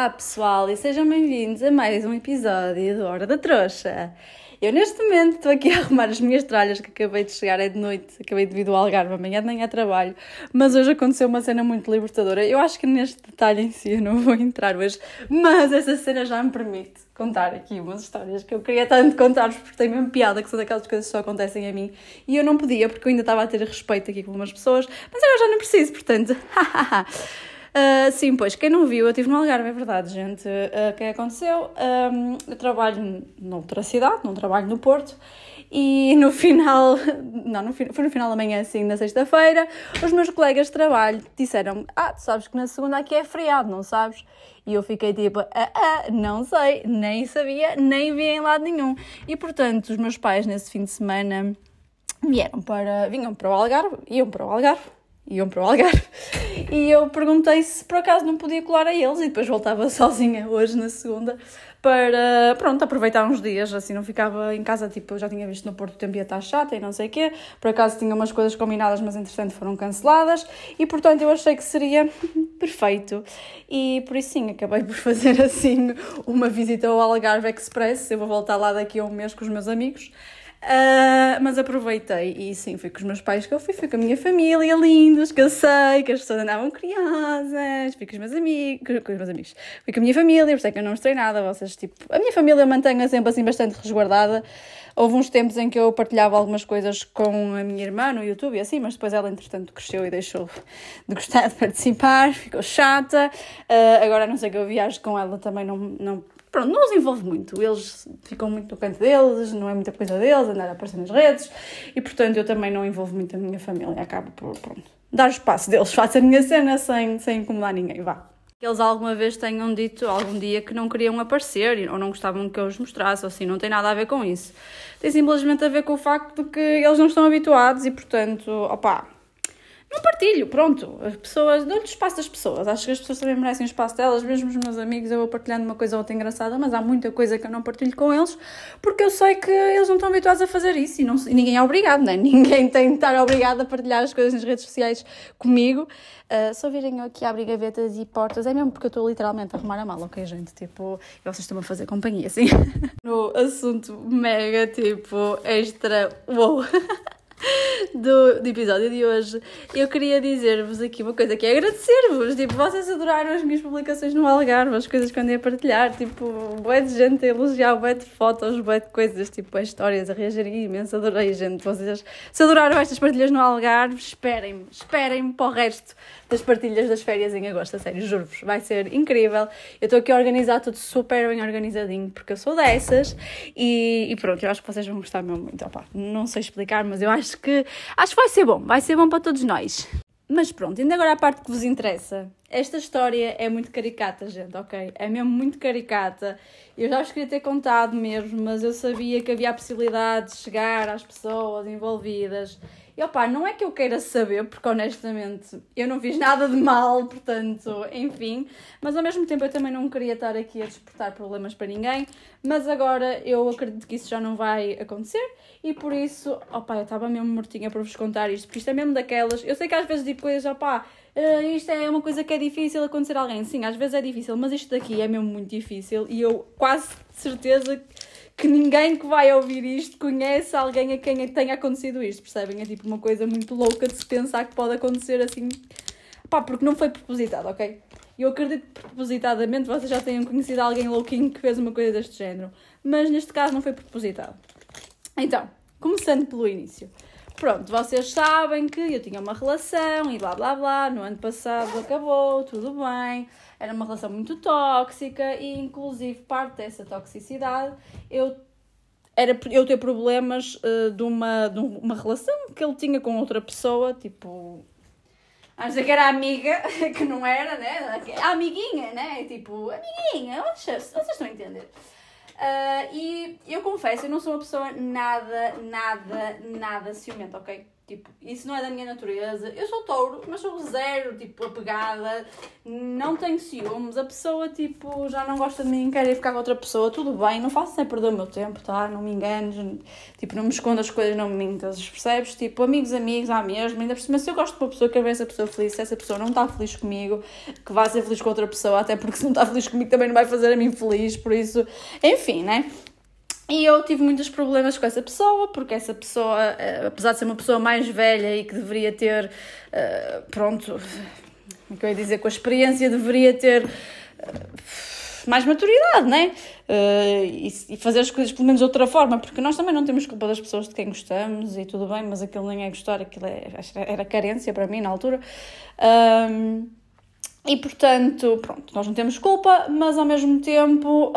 Olá pessoal e sejam bem-vindos a mais um episódio do Hora da Trouxa. Eu neste momento estou aqui a arrumar as minhas tralhas que acabei de chegar, é de noite, acabei de vir do Algarve, amanhã nem é trabalho, mas hoje aconteceu uma cena muito libertadora. Eu acho que neste detalhe em si eu não vou entrar hoje, mas essa cena já me permite contar aqui umas histórias que eu queria tanto contar-vos porque tem mesmo piada, que são daquelas coisas que só acontecem a mim e eu não podia porque eu ainda estava a ter respeito aqui com umas pessoas, mas agora já não preciso, portanto, sim, pois, quem não viu, eu estive no Algarve, é verdade, gente. O que aconteceu? Eu trabalho noutra cidade, não trabalho no Porto, e no final, foi no final da manhã, assim, na sexta-feira, os meus colegas de trabalho disseram-me: tu sabes que na segunda aqui é feriado, não sabes? E eu fiquei tipo, não sei, nem sabia, nem vi em lado nenhum. E, portanto, os meus pais, nesse fim de semana, vinham para o Algarve, iam para o Algarve, e eu perguntei se por acaso não podia colar a eles, e depois voltava sozinha hoje na segunda, para, pronto, aproveitar uns dias, assim não ficava em casa, tipo, eu já tinha visto no Porto o tempo ia estar chata e não sei o quê, por acaso tinha umas coisas combinadas, mas entretanto foram canceladas, e portanto eu achei que seria perfeito, e por isso sim, acabei por fazer assim uma visita ao Algarve Express. Eu vou voltar lá daqui a um mês com os meus amigos. Mas aproveitei e sim, fui com os meus pais que eu fui com a minha família, lindos, que eu sei que as pessoas andavam curiosas, fui com os meus amigos, fui com a minha família, por isso é que eu não mostrei nada, vocês, tipo, a minha família eu mantenho sempre assim bastante resguardada. Houve uns tempos em que eu partilhava algumas coisas com a minha irmã no YouTube e assim, mas depois ela entretanto cresceu e deixou de gostar de participar, ficou chata. Agora a não ser que eu viaje com ela também Pronto, não os envolve muito, eles ficam muito no canto deles, não é muita coisa deles, andar a aparecer nas redes, e portanto eu também não envolvo muito a minha família, acabo por, pronto, dar espaço deles, faço a minha cena sem incomodar ninguém, vá. Eles alguma vez tenham dito algum dia que não queriam aparecer, ou não gostavam que eu os mostrasse, ou assim, não tem nada a ver com isso. Tem simplesmente a ver com o facto de que eles não estão habituados e portanto, não partilho, pronto, as pessoas, dou-lhe espaço às pessoas, acho que as pessoas também merecem o espaço delas, mesmo os meus amigos, eu vou partilhando uma coisa ou outra engraçada, mas há muita coisa que eu não partilho com eles, porque eu sei que eles não estão habituados a fazer isso, e ninguém é obrigado, né? Ninguém tem de estar obrigado a partilhar as coisas nas redes sociais comigo. Só virem aqui a abrir gavetas e portas, é mesmo porque eu estou literalmente a arrumar a mala, ok, gente? Tipo, vocês estão a fazer companhia, assim. No assunto mega, tipo, extra, wow. Do episódio de hoje, eu queria dizer-vos aqui uma coisa, que é agradecer-vos, tipo, vocês adoraram as minhas publicações no Algarve, as coisas que andei a partilhar, tipo, bué de gente a elogiar, bué de fotos, bué de coisas, tipo, bué de histórias a reagirem imenso, adorei, gente, vocês se adoraram estas partilhas no Algarve, esperem-me para o resto das partilhas das férias em agosto, a sério, juro-vos, vai ser incrível. Eu estou aqui a organizar tudo super bem organizadinho, porque eu sou dessas, e pronto, eu acho que vocês vão gostar mesmo muito, não sei explicar, mas eu acho que vai ser bom para todos nós. Mas pronto, indo agora à parte que vos interessa. Esta história é muito caricata, gente, ok? É mesmo muito caricata. Eu já vos queria ter contado mesmo, mas eu sabia que havia a possibilidade de chegar às pessoas envolvidas. E não é que eu queira saber, porque honestamente eu não fiz nada de mal, portanto, enfim. Mas ao mesmo tempo eu também não queria estar aqui a despertar problemas para ninguém. Mas agora eu acredito que isso já não vai acontecer. E por isso, eu estava mesmo mortinha para vos contar isto, porque isto é mesmo daquelas. Eu sei que às vezes digo coisas, isto é uma coisa que é difícil acontecer a alguém. Sim, às vezes é difícil, mas isto daqui é mesmo muito difícil. E eu quase de certeza que ninguém que vai ouvir isto conhece alguém a quem tenha acontecido isto, percebem? É tipo uma coisa muito louca de se pensar que pode acontecer assim, porque não foi propositado, ok? Eu acredito que propositadamente vocês já tenham conhecido alguém louquinho que fez uma coisa deste género, mas neste caso não foi propositado. Então, começando pelo início. Pronto, vocês sabem que eu tinha uma relação e blá blá blá, no ano passado acabou, tudo bem, era uma relação muito tóxica e inclusive parte dessa toxicidade eu ter problemas de uma relação que ele tinha com outra pessoa, tipo, a dizer que era amiga, que não era, né, a amiguinha, né, tipo, amiguinha, vocês estão a entender. E eu confesso, eu não sou uma pessoa nada ciumenta, ok? tipo, isso não é da minha natureza. Eu sou touro, mas sou zero, tipo, apegada, não tenho ciúmes, a pessoa, tipo, já não gosta de mim, quer ir ficar com outra pessoa, tudo bem, não faço nem perder o meu tempo, tá? Não me enganes, tipo, não me escondo as coisas, não me mintas, percebes? Tipo, amigos, há mesmo, ainda por cima, se eu gosto de uma pessoa, quero ver essa pessoa feliz, se essa pessoa não está feliz comigo, que vá ser feliz com outra pessoa, até porque se não está feliz comigo também não vai fazer a mim feliz, por isso, enfim, né? E eu tive muitos problemas com essa pessoa, porque essa pessoa, apesar de ser uma pessoa mais velha e que deveria ter, pronto, como é que eu ia dizer, com a experiência, deveria ter mais maturidade, né? E fazer as coisas pelo menos de outra forma, porque nós também não temos culpa das pessoas de quem gostamos e tudo bem, mas aquilo nem é gostar, aquilo era carência para mim na altura. E portanto, pronto, nós não temos culpa, mas ao mesmo tempo...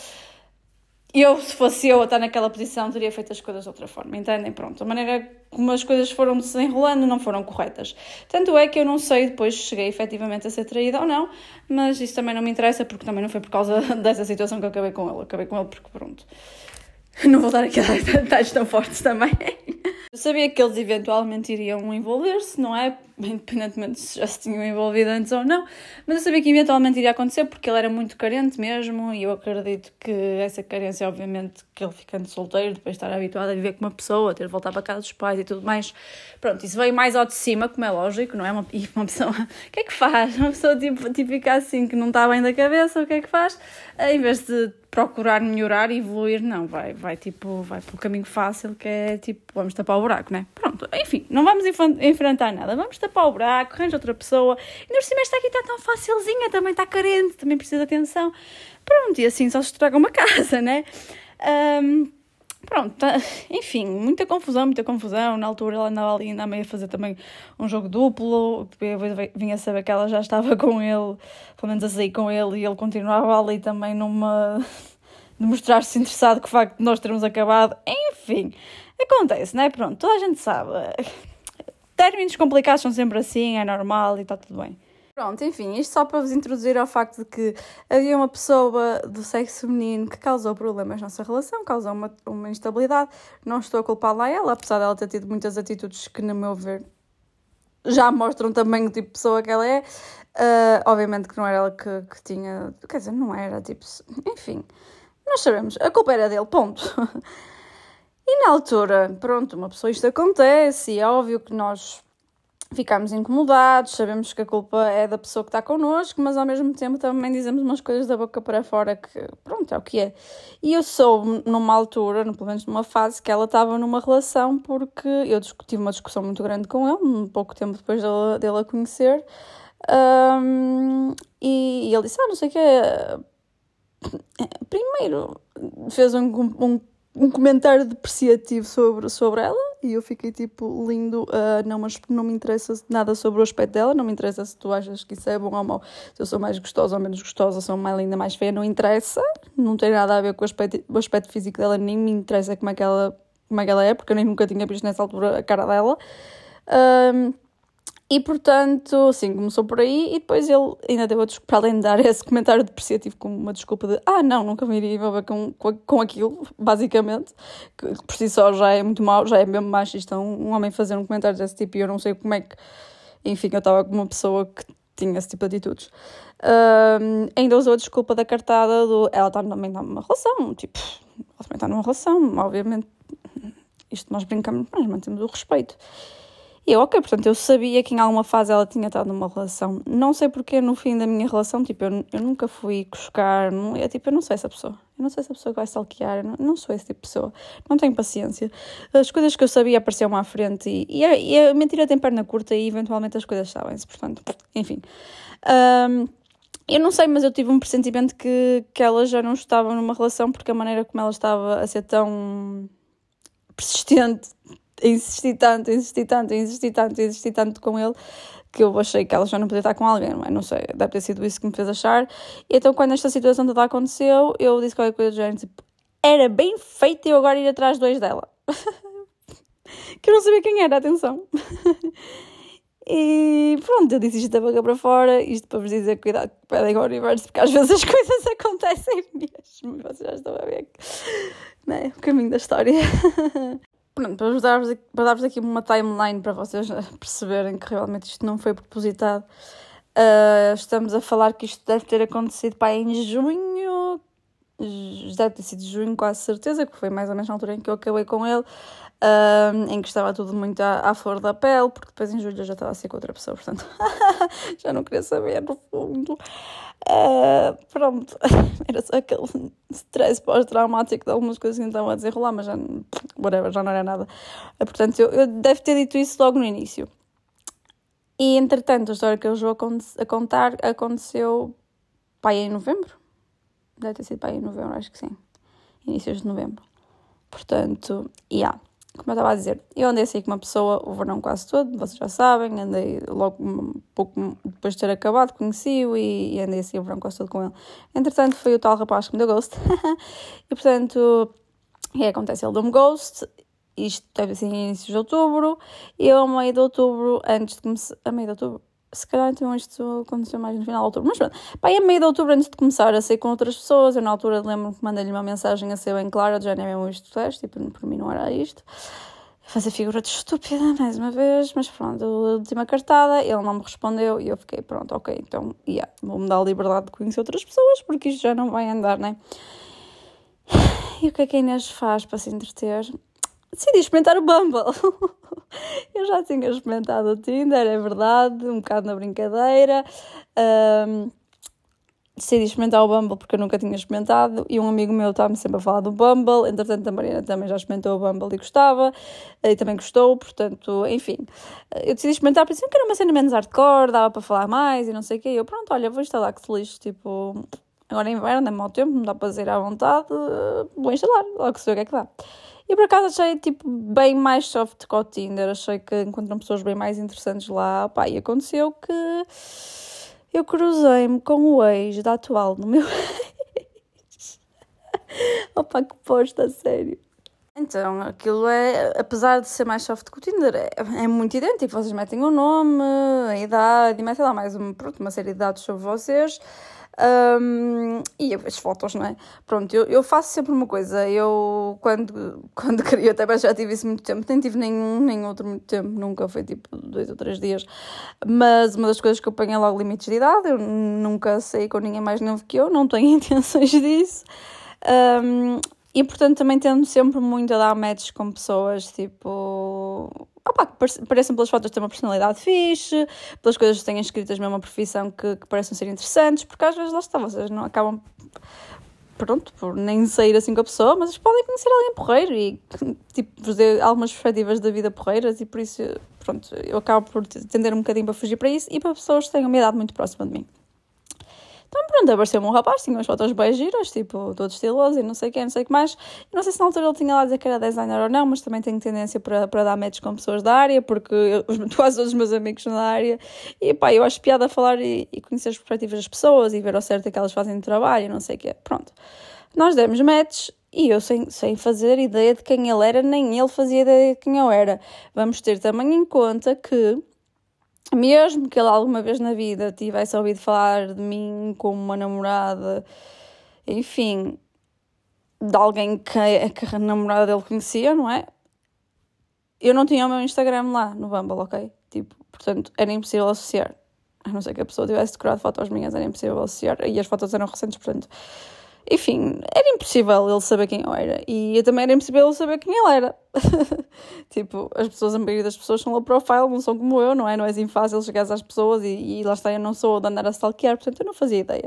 se fosse eu a estar naquela posição, teria feito as coisas de outra forma, entendem? Pronto, a maneira como as coisas foram se enrolando não foram corretas. Tanto é que eu não sei depois se cheguei efetivamente a ser traída ou não, mas isso também não me interessa, porque também não foi por causa dessa situação que eu acabei com ele. Acabei com ele porque, pronto, não vou dar aqui a detalhes tão fortes também. Eu sabia que eles eventualmente iriam envolver-se, não é? Independentemente se já se tinham envolvido antes ou não, mas eu sabia que eventualmente iria acontecer porque ele era muito carente mesmo e eu acredito que essa carência, obviamente, que ele ficando solteiro, depois de estar habituado a viver com uma pessoa, ter de voltar para casa dos pais e tudo mais, pronto, isso veio mais ao de cima, como é lógico, não é? E uma pessoa, o que é que faz? Uma pessoa típica assim, que não está bem da cabeça, o que é que faz? Em vez de procurar melhorar e evoluir, não, vai pelo caminho fácil, que é tipo, vamos tapar o buraco, né? Pronto, enfim, não vamos enfrentar nada, vamos tapar o buraco, arranja outra pessoa, e por cima esta aqui está tão facilzinha, também está carente, também precisa de atenção, pronto, e assim só se estraga uma casa, né? Pronto, enfim, muita confusão, na altura ela andava ali ainda a meio a fazer também um jogo duplo, depois vinha saber que ela já estava com ele, pelo menos a sair com ele, e ele continuava ali também de mostrar-se interessado com o facto de nós termos acabado, enfim, acontece, não é? Pronto, toda a gente sabe, términos complicados são sempre assim, é normal e está tudo bem. Pronto, enfim, isto só para vos introduzir ao facto de que havia uma pessoa do sexo feminino que causou problemas na nossa relação, causou uma instabilidade. Não estou a culpá-la a ela, apesar dela ter tido muitas atitudes que, no meu ver, já mostram também o tipo de pessoa que ela é. Obviamente que não era ela que tinha... Quer dizer, não era, tipo... Enfim, nós sabemos, a culpa era dele, ponto. E na altura, pronto, uma pessoa isto acontece e é óbvio que nós... ficámos incomodados, sabemos que a culpa é da pessoa que está connosco, mas ao mesmo tempo também dizemos umas coisas da boca para fora que, pronto, é o que é. E eu soube numa altura, pelo menos numa fase, que ela estava numa relação porque eu tive uma discussão muito grande com ele, um pouco tempo depois dele a conhecer, e ele disse, não sei o que primeiro fez um comentário depreciativo sobre ela e eu fiquei tipo, lindo, não, mas não me interessa nada sobre o aspecto dela, não me interessa se tu achas que isso é bom ou mau, se eu sou mais gostosa ou menos gostosa, sou mais linda, mais feia, não interessa, não tem nada a ver com o aspecto físico dela, nem me interessa como é que ela é, porque eu nem nunca tinha visto nessa altura a cara dela. E, portanto, sim, começou por aí e depois ele ainda deu a desculpa, para além de dar esse comentário depreciativo como uma desculpa de não, nunca me iria envolver com aquilo, basicamente, que por si só já é muito mau, já é mesmo machista um homem fazer um comentário desse tipo e eu não sei como é que, enfim, eu estava com uma pessoa que tinha esse tipo de atitudes. Ainda usou a desculpa da cartada ela também está numa relação, tipo, ela também está numa relação, obviamente, isto nós brincamos, mas mantemos o respeito. E eu, portanto, eu sabia que em alguma fase ela tinha estado numa relação. Não sei porque no fim da minha relação, tipo, eu nunca fui buscar, eu não sou essa pessoa. Eu não sou essa pessoa que vai stalkear, eu não sou esse tipo de pessoa. Não tenho paciência. As coisas que eu sabia apareciam-me à frente e a mentira tem perna curta e eventualmente as coisas sabem-se, portanto, enfim. Eu não sei, mas eu tive um pressentimento que ela já não estava numa relação porque a maneira como ela estava a ser tão persistente, insistir tanto com ele, que eu achei que ela já não podia estar com alguém, não sei, deve ter sido isso que me fez achar. E então quando esta situação toda aconteceu, eu disse qualquer coisa do género, tipo, era bem feito eu agora ir atrás de dois dela. Que eu não sabia quem era, atenção. E pronto, eu disse isto da boca para fora, isto para vos dizer, cuidado, pedem ao universo, porque às vezes as coisas acontecem mesmo, vocês já estão a ver, não é? O caminho da história. pronto, para dar-vos aqui uma timeline para vocês perceberem que realmente isto não foi propositado. Estamos a falar que isto deve ter acontecido para em junho, deve ter sido junho, quase certeza, que foi mais ou menos na altura em que eu acabei com ele, em que estava tudo muito à flor da pele, porque depois em julho eu já estava a ser com outra pessoa, portanto já não queria saber no fundo. Pronto, era só aquele stress pós-traumático de algumas coisas que estavam a desenrolar, mas já, whatever, já não era nada. Portanto, eu devo ter dito isso logo no início. E, entretanto, a história que eu vou a contar aconteceu, pai, em novembro. Deve ter sido pai em novembro, acho que sim. Inícios de novembro. Portanto, como eu estava a dizer, eu andei assim com uma pessoa o verão quase todo, vocês já sabem, andei logo um pouco depois de ter acabado, conheci-o e andei assim o verão quase todo com ele. Entretanto, foi o tal rapaz que me deu ghost. E, portanto, o que acontece? Ele deu-me ghost. Isto deve ser em início de outubro. E eu, a meio de outubro, antes de começar... A meio de outubro? Se calhar então isto aconteceu mais no final de outubro. Mas pronto. Pai, a meio de outubro, antes de começar a sair com outras pessoas, eu na altura lembro-me que mandei-lhe uma mensagem a ser bem clara, já nem é mesmo isto teste, tipo, por mim não era isto. Fazer figura de estúpida, mais uma vez. Mas pronto, eu dei uma cartada, ele não me respondeu e eu fiquei, pronto, ok, então, vou-me dar a liberdade de conhecer outras pessoas, porque isto já não vai andar, né? E o que é que a Inês faz para se entreter? Decidi experimentar o Bumble. Eu já tinha experimentado o Tinder, é verdade, um bocado na brincadeira. Decidi experimentar o Bumble porque eu nunca tinha experimentado e um amigo meu estava-me sempre a falar do Bumble. Entretanto, a Mariana também já experimentou o Bumble e gostava, e também gostou, portanto, enfim. Eu decidi experimentar, pensei que era uma cena menos hardcore, dava para falar mais e não sei o quê. Eu, pronto, olha, vou instalar, que se lixe, tipo... Agora é inverno, é mau tempo, não dá para dizer à vontade, vou instalar, logo se vê o que é que dá. E por acaso achei, tipo, bem mais soft que o Tinder, achei que encontram pessoas bem mais interessantes lá, pá, e aconteceu que eu cruzei-me com o ex da atual no meu ex. Opa, que posta, a sério. Então, aquilo é, apesar de ser mais soft que o Tinder, é muito idêntico. Vocês metem o nome, a idade, e metem lá mais uma série de dados sobre vocês. E as fotos, não é? Pronto, eu faço sempre uma coisa. Eu, quando queria, até já tive isso muito tempo, nem tive nem outro muito tempo, nunca foi tipo 2 ou 3 dias. Mas uma das coisas que eu ponho é logo limites de idade. Eu nunca saí com ninguém mais novo que eu, não tenho intenções disso. E portanto também tendo sempre muito a dar matches com pessoas tipo... que parecem pelas fotos ter uma personalidade fixe, pelas coisas que têm escritas mesmo uma profissão que parecem ser interessantes, porque às vezes lá está, vocês não acabam, pronto, por nem sair assim com a pessoa, mas podem conhecer alguém porreiro e tipo, vos dê algumas perspectivas da vida porreiras e por isso, pronto, eu acabo por tender um bocadinho para fugir para isso e para pessoas que têm uma idade muito próxima de mim. Então pronto, apareceu-me um rapaz, tinha umas fotos bem giras, tipo, todo estiloso e não sei o que, não sei o que mais. Não sei se na altura ele tinha lá a dizer que era designer ou não, mas também tenho tendência para dar matches com pessoas da área, porque quase todos os meus amigos são da área. E pá, eu acho piada falar e conhecer as perspectivas das pessoas e ver ao certo o que elas fazem de trabalho e não sei o que. Pronto. Nós demos matches e eu sem fazer ideia de quem ele era, nem ele fazia ideia de quem eu era. Vamos ter também em conta que mesmo que ele alguma vez na vida tivesse ouvido falar de mim como uma namorada, enfim, de alguém que a namorada dele conhecia, não é? Eu não tinha o meu Instagram lá no Bumble, ok? Tipo, portanto, era impossível associar. A não ser que a pessoa tivesse decorado fotos minhas, era impossível associar. E as fotos eram recentes, portanto... Enfim, era impossível ele saber quem eu era. E eu também era impossível ele saber quem ele era. Tipo, a maioria das pessoas são low profile, não são como eu, não é? Não é assim fácil chegar às pessoas e lá está, eu não sou de andar a stalkear, portanto eu não fazia ideia.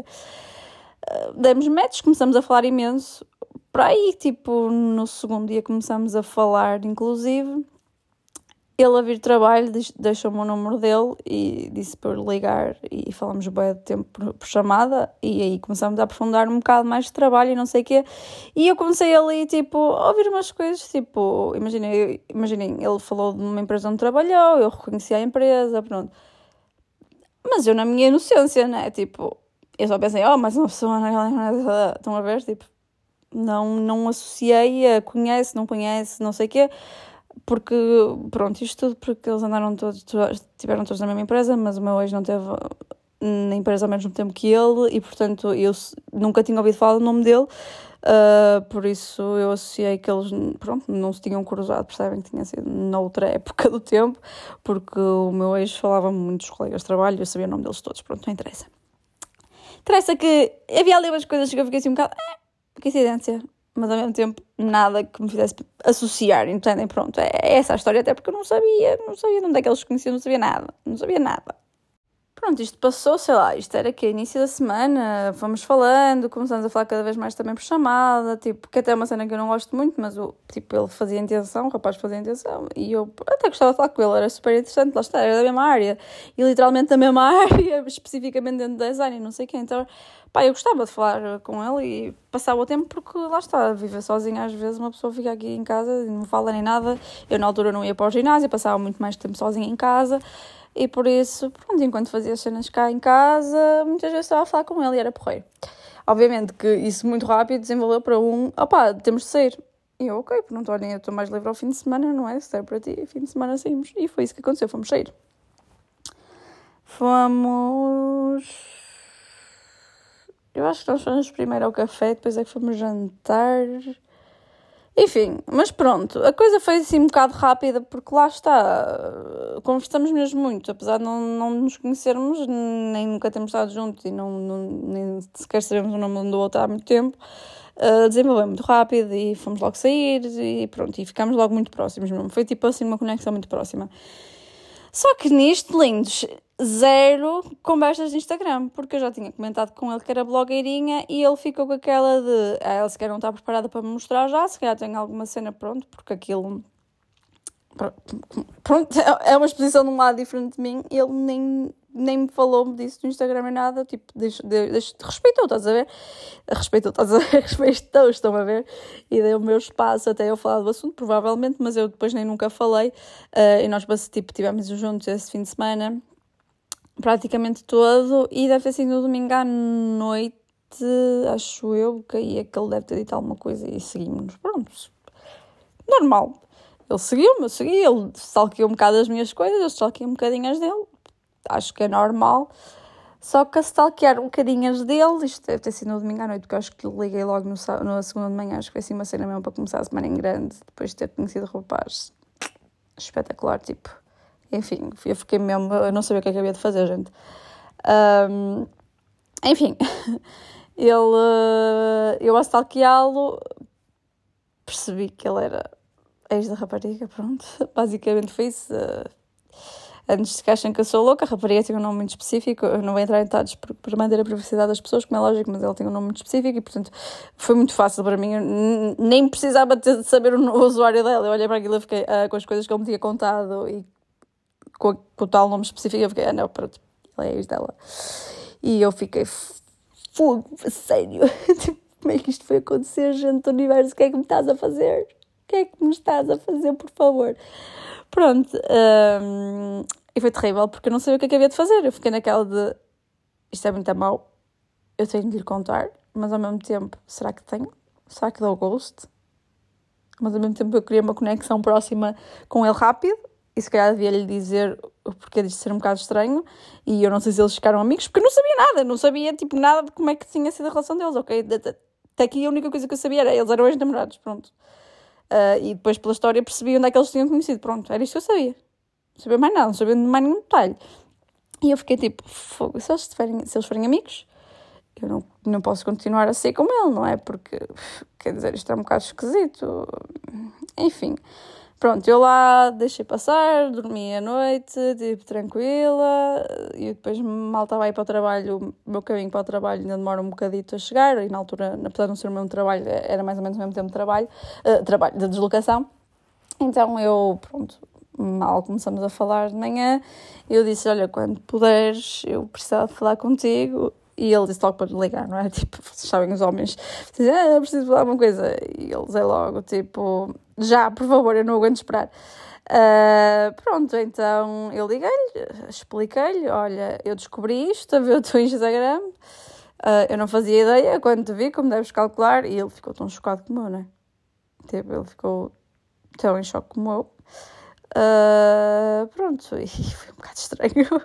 Demos matches, começamos a falar imenso. Para aí, tipo, no segundo dia começamos a falar, inclusive... Ele a vir trabalho, deixou-me o número dele e disse para eu ligar e falamos bem de tempo por chamada e aí começamos a aprofundar um bocado mais de trabalho e não sei o quê. E eu comecei ali, tipo, a ouvir umas coisas, tipo, imaginem, ele falou de uma empresa onde trabalhou, eu reconheci a empresa, pronto. Mas eu na minha inocência, né, tipo, eu só pensei, mas uma pessoa, estão a ver, tipo, não associei a conhece, não conhece, não sei o quê. Porque, pronto, isto tudo porque eles andaram tiveram todos na mesma empresa, mas o meu ex não teve na empresa ao mesmo tempo que ele e, portanto, eu nunca tinha ouvido falar do nome dele, por isso eu associei que eles, pronto, não se tinham cruzado, percebem que tinha sido noutra época do tempo, porque o meu ex falava muito dos colegas de trabalho, eu sabia o nome deles todos, pronto, não interessa. Interessa que havia ali umas coisas que eu fiquei assim um bocado, coincidência, mas ao mesmo tempo nada que me fizesse associar, entendem? Pronto, é essa a história, até porque eu não sabia de onde é que eles se conheciam, não sabia nada. Pronto, isto passou, sei lá, isto era que início da semana, fomos falando, começamos a falar cada vez mais também por chamada, tipo, que até é uma cena que eu não gosto muito, mas ele fazia intenção, o rapaz fazia intenção, e eu até gostava de falar com ele, era super interessante, lá está, era da mesma área, e literalmente da mesma área, especificamente dentro do design, não sei o quê, então, pá, eu gostava de falar com ele e passava o tempo, porque lá está, viver sozinha às vezes, uma pessoa fica aqui em casa e não fala nem nada, eu na altura não ia para o ginásio, passava muito mais tempo sozinha em casa. E por isso, pronto, enquanto fazia as cenas cá em casa, muitas vezes estava a falar com ele e era porreiro. Obviamente que isso muito rápido desenvolveu para temos de sair. E eu, ok, pronto, olhem, eu estou mais livre ao fim de semana, não é? Se der para ti, fim de semana saímos. E foi isso que aconteceu, fomos sair. Eu acho que nós fomos primeiro ao café, depois é que fomos jantar. Enfim, mas pronto, a coisa foi assim um bocado rápida, porque lá está, conversamos mesmo muito, apesar de não nos conhecermos, nem nunca termos estado juntos e nem sequer sabemos o nome um do outro há muito tempo, desenvolveu muito rápido e fomos logo sair e pronto, e ficámos logo muito próximos mesmo, foi tipo assim uma conexão muito próxima. Só que nisto, lindos, zero conversas de Instagram, porque eu já tinha comentado com ele que era blogueirinha e ele ficou com aquela de ela sequer não está preparada para me mostrar já, se calhar tem alguma cena pronto, porque aquilo pronto, é uma exposição de um lado diferente de mim, ele nem me falou disso no Instagram nem nada, tipo, respeitou, estás a ver? Respeitou, estão a ver? E deu o meu espaço até eu falar do assunto, provavelmente, mas eu depois nem nunca falei, e nós, tipo, estivemos juntos esse fim de semana, praticamente todo, e deve ter sido no domingo à noite, acho eu, que aí é que ele deve ter dito alguma coisa e seguimos-nos, pronto, normal. Ele seguiu-me, eu segui, ele stalkeou um bocado as minhas coisas, eu stalkeei um bocadinho as dele, acho que é normal. Só que a stalkear um bocadinho as dele, isto deve ter sido no domingo à noite, porque eu acho que liguei logo na segunda de manhã, acho que foi assim uma cena mesmo para começar a semana em grande, depois de ter conhecido o rapaz. Espetacular, tipo. Enfim, eu fiquei mesmo, eu não sabia o que é que havia de fazer, gente. Enfim, eu a stalkeá-lo, percebi que ele era ex da rapariga, pronto, basicamente foi isso. Antes que achem que eu sou louca, a rapariga tinha um nome muito específico, eu não vou entrar em detalhes para manter a privacidade das pessoas, como é lógico, mas ela tinha um nome muito específico e, portanto, foi muito fácil para mim, eu nem precisava de saber o usuário dela, eu olhei para aquilo e fiquei, com as coisas que ele me tinha contado e com o tal nome específico, eu fiquei, não, pronto, ela é ex dela. E eu fiquei, fogo, sério, tipo, como é que isto foi acontecer, gente do universo, o que é que me estás a fazer? O que é que me estás a fazer, por favor? Pronto, e foi terrível, porque eu não sabia o que é que havia de fazer. Eu fiquei naquela de, isto é muito mau, eu tenho de lhe contar, mas ao mesmo tempo, será que tenho? Será que dou ghost? Mas ao mesmo tempo eu queria uma conexão próxima com ele rápido, e se calhar devia lhe dizer o porquê disto ser um bocado estranho, e eu não sei se eles ficaram amigos, porque eu não sabia nada, não sabia tipo nada de como é que tinha sido a relação deles, ok? Até aqui a única coisa que eu sabia era, eles eram ex-namorados, pronto. E depois pela história percebi onde é que eles tinham conhecido, pronto, era isto que eu sabia. Não sabia mais nada, não sabia mais nenhum detalhe. E eu fiquei tipo, fogo, se eles forem amigos, eu não posso continuar a ser como ele, não é? Porque, quer dizer, isto é um bocado esquisito. Enfim, pronto, eu lá deixei passar, dormi à noite, tipo, tranquila, e depois mal estava a ir para o trabalho, o meu caminho para o trabalho ainda demora um bocadito a chegar, e na altura, apesar de não ser o mesmo trabalho, era mais ou menos o mesmo tempo de trabalho de deslocação. Então eu, pronto, mal começamos a falar de manhã, eu disse, olha, quando puderes, eu precisava de falar contigo. E ele disse logo para ligar, não é? Tipo, vocês sabem, os homens dizem, eu preciso falar uma coisa. E eles é logo, tipo, já, por favor, eu não aguento esperar. Pronto, então eu liguei-lhe, expliquei-lhe, olha, eu descobri isto, a ver o teu Instagram. Eu não fazia ideia quando te vi, como deves calcular. E ele ficou tão chocado como eu, não é? Tipo, ele ficou tão em choque como eu. Pronto, e foi um bocado estranho.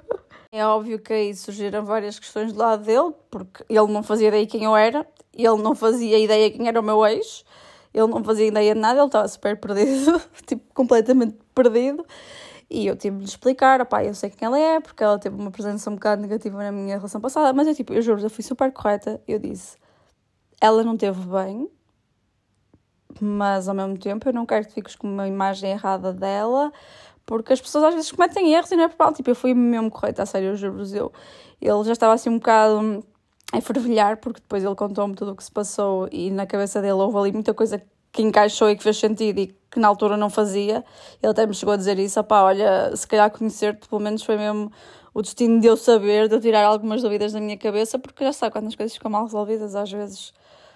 É óbvio que aí surgiram várias questões do lado dele, porque ele não fazia ideia quem eu era, ele não fazia ideia quem era o meu ex, ele não fazia ideia de nada, ele estava super perdido, tipo, completamente perdido. E eu tive de lhe explicar, opá, eu sei quem ela é, porque ela teve uma presença um bocado negativa na minha relação passada, mas eu juro, eu fui super correta, eu disse, ela não teve bem, mas ao mesmo tempo eu não quero que fiques com uma imagem errada dela, porque as pessoas às vezes cometem erros e não é por mal, tipo, eu fui mesmo correta, a sério, eu juro-vos, ele já estava assim um bocado a fervilhar, porque depois ele contou-me tudo o que se passou e na cabeça dele houve ali muita coisa que encaixou e que fez sentido e que na altura não fazia. Ele até me chegou a dizer isso, opá, olha, se calhar conhecer-te pelo menos foi mesmo o destino de eu saber, de eu tirar algumas dúvidas da minha cabeça, porque já sabe, quando as coisas ficam mal resolvidas, às vezes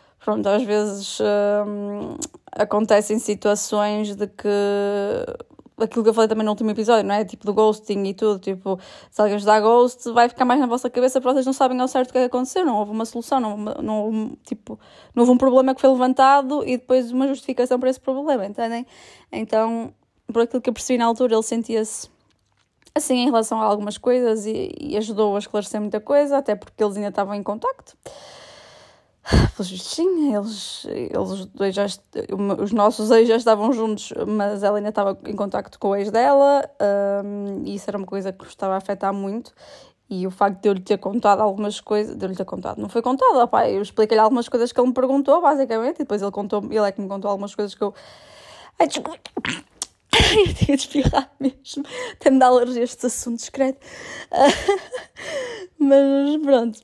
acontecem situações de que aquilo que eu falei também no último episódio, não é? Tipo do ghosting e tudo, tipo, se alguém vos dá ghost, vai ficar mais na vossa cabeça porque vocês não sabem ao certo o que é que aconteceu, não houve uma solução, não houve um problema que foi levantado e depois uma justificação para esse problema, entendem? Então, por aquilo que eu percebi na altura, ele sentia-se assim em relação a algumas coisas e ajudou a esclarecer muita coisa, até porque eles ainda estavam em contacto. Pelos vistos, sim, eles dois os nossos ex já estavam juntos, mas ela ainda estava em contacto com o ex dela, e isso era uma coisa que estava a afetar muito. E o facto de eu lhe ter contado algumas coisas, não foi contado, opá, eu expliquei-lhe algumas coisas que ele me perguntou, basicamente, e depois ele é que me contou algumas coisas que eu. Ai, desculpa, eu tinha de espirrar mesmo, até-me dá alergia a estes assuntos, credo. Mas pronto.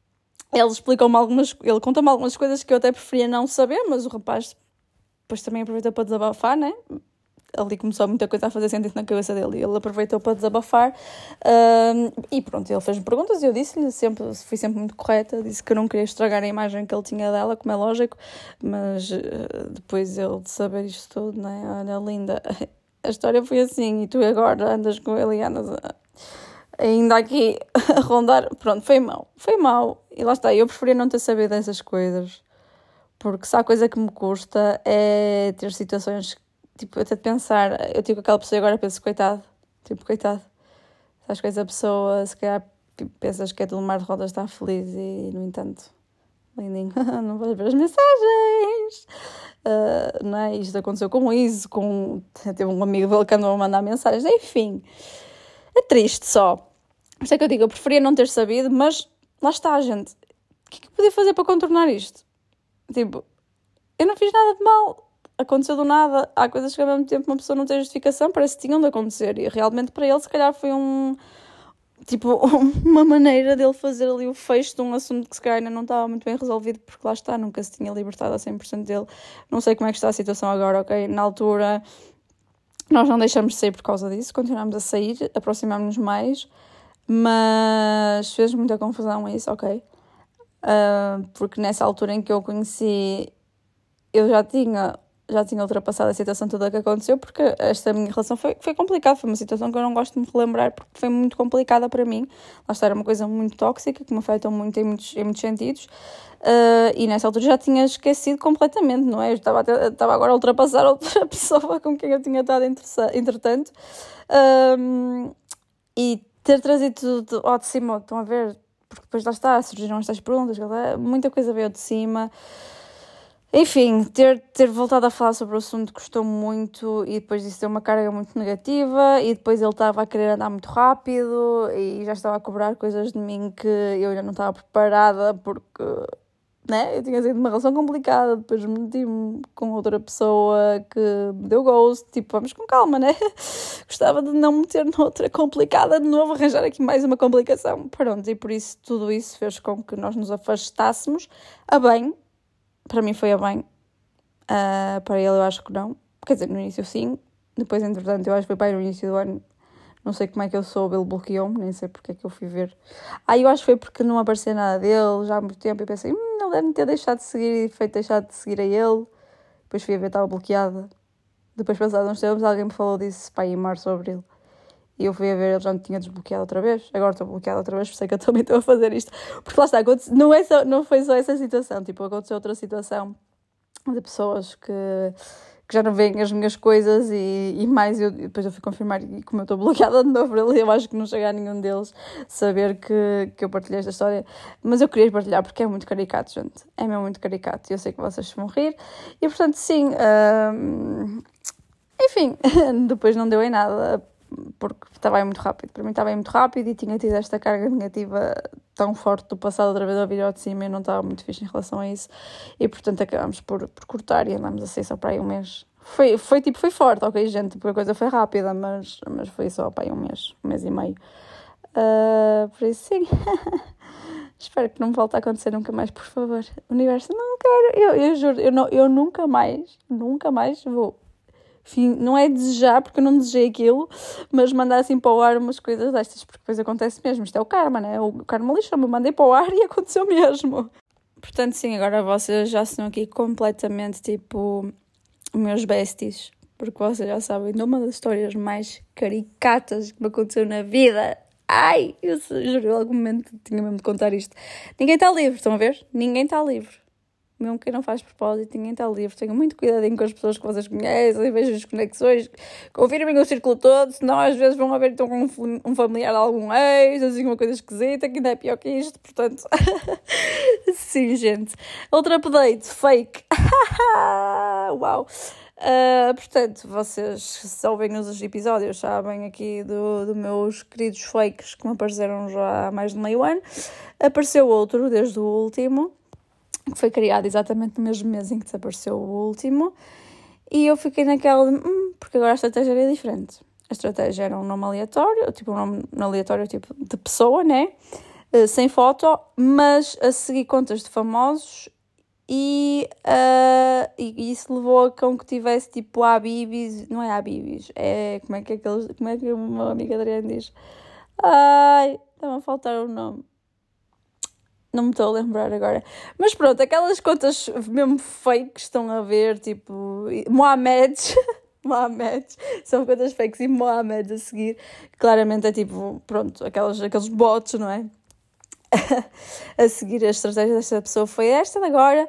Ele contou-me algumas coisas que eu até preferia não saber, mas o rapaz depois também aproveitou para desabafar, né? Ali começou muita coisa a fazer sentido na cabeça dele e ele aproveitou para desabafar. E pronto, ele fez-me perguntas e eu disse-lhe fui sempre muito correta, disse que eu não queria estragar a imagem que ele tinha dela, como é lógico, mas depois ele de saber isto tudo, né? Olha, linda, a história foi assim e tu agora andas com ele e andas ainda aqui a rondar. Pronto, foi mau. E lá está, eu preferia não ter sabido dessas coisas. Porque se há coisa que me custa é ter situações, tipo, até de pensar, eu tipo aquela pessoa e agora penso, coitado. Sabes que essa pessoa, se calhar pensas que é tudo um mar de rodas, está feliz e, no entanto, lindinho, não vais ver as mensagens. Não é? Isto aconteceu com isso, teve um amigo dele que andou a mandar mensagens, enfim. É triste só. Por isso é que eu digo, eu preferia não ter sabido, mas lá está, gente. O que é que eu podia fazer para contornar isto? Tipo, eu não fiz nada de mal. Aconteceu do nada. Há coisas que ao mesmo tempo uma pessoa não tem justificação, parece que tinham de acontecer. E realmente para ele, se calhar, foi uma maneira dele fazer ali o fecho de um assunto que se calhar ainda não estava muito bem resolvido, porque lá está, nunca se tinha libertado a 100% dele. Não sei como é que está a situação agora, ok? Na altura, nós não deixamos de sair por causa disso, continuamos a sair, aproximámos-nos mais, mas fez muita confusão isso, ok? Porque nessa altura em que eu o conheci, eu já tinha ultrapassado a situação toda que aconteceu, porque esta minha relação foi complicada, foi uma situação que eu não gosto de me relembrar, porque foi muito complicada para mim. Lá está, era uma coisa muito tóxica, que me afetou muito em muitos sentidos, e nessa altura já tinha esquecido completamente, não é? Eu estava agora a ultrapassar outra pessoa com quem eu tinha estado entretanto, e ter trazido tudo ao de cima, estão a ver? Porque depois lá está, surgiram estas perguntas, muita coisa veio de cima. Enfim, ter voltado a falar sobre o assunto custou muito e depois disso deu uma carga muito negativa e depois ele estava a querer andar muito rápido e já estava a cobrar coisas de mim que eu ainda não estava preparada porque, né, eu tinha sido uma relação complicada, depois meti-me com outra pessoa que me deu ghost, tipo, vamos com calma, né? Gostava de não meter noutra complicada, de novo arranjar aqui mais uma complicação. Pronto, e por isso tudo isso fez com que nós nos afastássemos a bem. Para mim foi a bem, para ele eu acho que não, quer dizer, no início sim, depois entretanto eu acho que foi para no início do ano, não sei como é que eu soube, ele bloqueou-me, nem sei porque é que eu fui ver. Eu acho que foi porque não aparecia nada dele já há muito tempo e pensei, ele deve ter deixado de seguir e feito deixar de seguir a ele, depois fui a ver, estava bloqueada, depois passados uns tempos alguém me falou disso, em março ou abril. E eu fui a ver, ele já me tinha desbloqueado outra vez. Agora estou bloqueada outra vez, por isso é que eu também estou a fazer isto. Porque lá está, não foi só essa situação. Tipo, aconteceu outra situação de pessoas que que já não veem as minhas coisas e mais, depois eu fui confirmar e como eu estou bloqueada de novo para ele, eu acho que não chega a nenhum deles saber que eu partilhei esta história, mas eu queria partilhar porque é muito caricato, gente, é mesmo muito caricato e eu sei que vocês vão rir e portanto sim, enfim, depois não deu em nada porque estava aí muito rápido, para mim estava aí muito rápido e tinha tido esta carga negativa tão forte do passado outra vez ao vídeo ao de cima e eu não estava muito fixe em relação a isso e portanto acabámos por cortar e andámos a sair só para aí um mês. Foi forte, ok gente, porque a coisa foi rápida, mas foi só para aí um mês e meio. Por isso sim, espero que não me volte a acontecer nunca mais, por favor. Universo, não quero, eu juro, eu nunca mais vou. Enfim, não é desejar, porque eu não desejei aquilo, mas mandar assim para o ar umas coisas destas, porque depois acontece mesmo. Isto é o karma, né? O karma lixou-me, mandei para o ar e aconteceu mesmo. Portanto, sim, agora vocês já estão aqui completamente, tipo, meus besties, porque vocês já sabem de uma das histórias mais caricatas que me aconteceu na vida. Ai, eu juro, em algum momento tinha mesmo de contar isto. Ninguém está livre, estão a ver? Ninguém está livre. Mesmo quem não faz propósito, ninguém está livre. Tenham muito cuidadinho com as pessoas que vocês conhecem, vejam as conexões, confirmem o círculo todo, senão às vezes vão haver então um familiar de algum ex, assim, uma coisa esquisita, que ainda é pior que isto, portanto... Sim, gente. Outro update, fake. Uau! Portanto, vocês se ouvem os episódios, sabem aqui dos meus queridos fakes que me apareceram já há mais de meio ano. Apareceu outro desde o último, que foi criado exatamente no mesmo mês em que desapareceu o último, e eu fiquei naquela de, porque agora a estratégia era diferente. A estratégia era um nome aleatório, tipo um nome aleatório tipo de pessoa, né? Sem foto, mas a seguir contas de famosos e isso levou a com que tivesse tipo a Habibis, não é a Habibis, é como é que uma amiga Adriana diz? Ai, está-me a faltar o nome. Não me estou a lembrar agora. Mas pronto, aquelas contas mesmo fakes estão a ver, tipo, Mohameds, são contas fakes e Mohameds a seguir. Claramente é tipo, pronto, aqueles bots, não é? A seguir a estratégia desta pessoa foi esta de agora.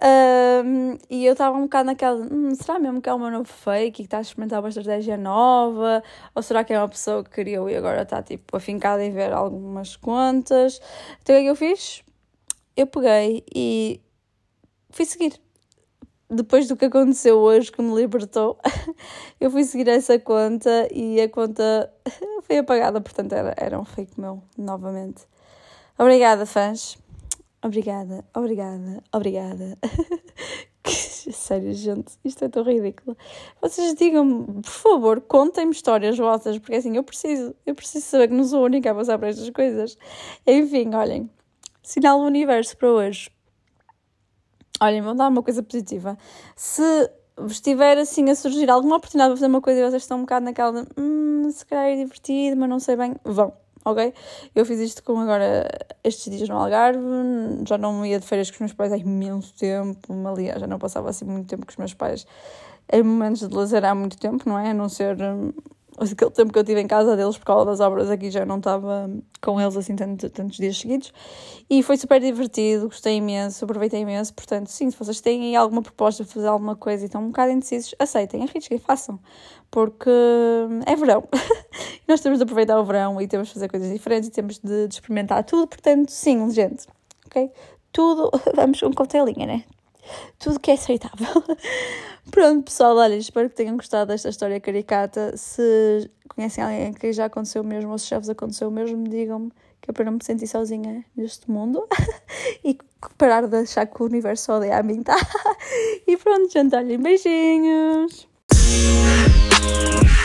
E eu estava um bocado naquela, será mesmo que é uma novo fake e que está a experimentar uma estratégia nova? Ou será que é uma pessoa que criou e agora está tipo afincada em ver algumas contas? Então o que é que eu fiz? Eu peguei e fui seguir. Depois do que aconteceu hoje, que me libertou, eu fui seguir essa conta e a conta foi apagada, portanto era um fake meu, novamente. Obrigada, fãs. Obrigada. Sério, gente, isto é tão ridículo. Vocês digam-me, por favor, contem-me histórias vossas, porque assim, eu preciso saber que não sou a única a passar por estas coisas. Enfim, olhem. Sinal do universo para hoje. Olhem, vou dar uma coisa positiva. Se estiver assim a surgir alguma oportunidade de fazer uma coisa e vocês estão um bocado naquela de se calhar é divertido, mas não sei bem, vão, ok? Eu fiz isto com agora estes dias no Algarve, já não ia de férias com os meus pais há imenso tempo, aliás, já não passava assim muito tempo com os meus pais em momentos de lazer há muito tempo, não é? A não ser aquele tempo que eu tive em casa deles por causa das obras aqui, já não estava com eles assim tantos dias seguidos e foi super divertido, gostei imenso, aproveitei imenso, portanto sim, se vocês têm alguma proposta de fazer alguma coisa e estão um bocado indecisos, aceitem, arrisquem, façam, porque é verão, nós temos de aproveitar o verão e temos de fazer coisas diferentes e temos de experimentar tudo, portanto sim, gente, ok? Tudo, vamos com cautelinha, né? Tudo que é aceitável. Pronto, pessoal, olha, espero que tenham gostado desta história caricata. Se conhecem alguém que já aconteceu mesmo, ou se já vos aconteceu mesmo, digam-me, que é para não me sentir sozinha neste mundo e parar de achar que o universo só odeia a mim, tá? E pronto, gente, olhem, beijinhos!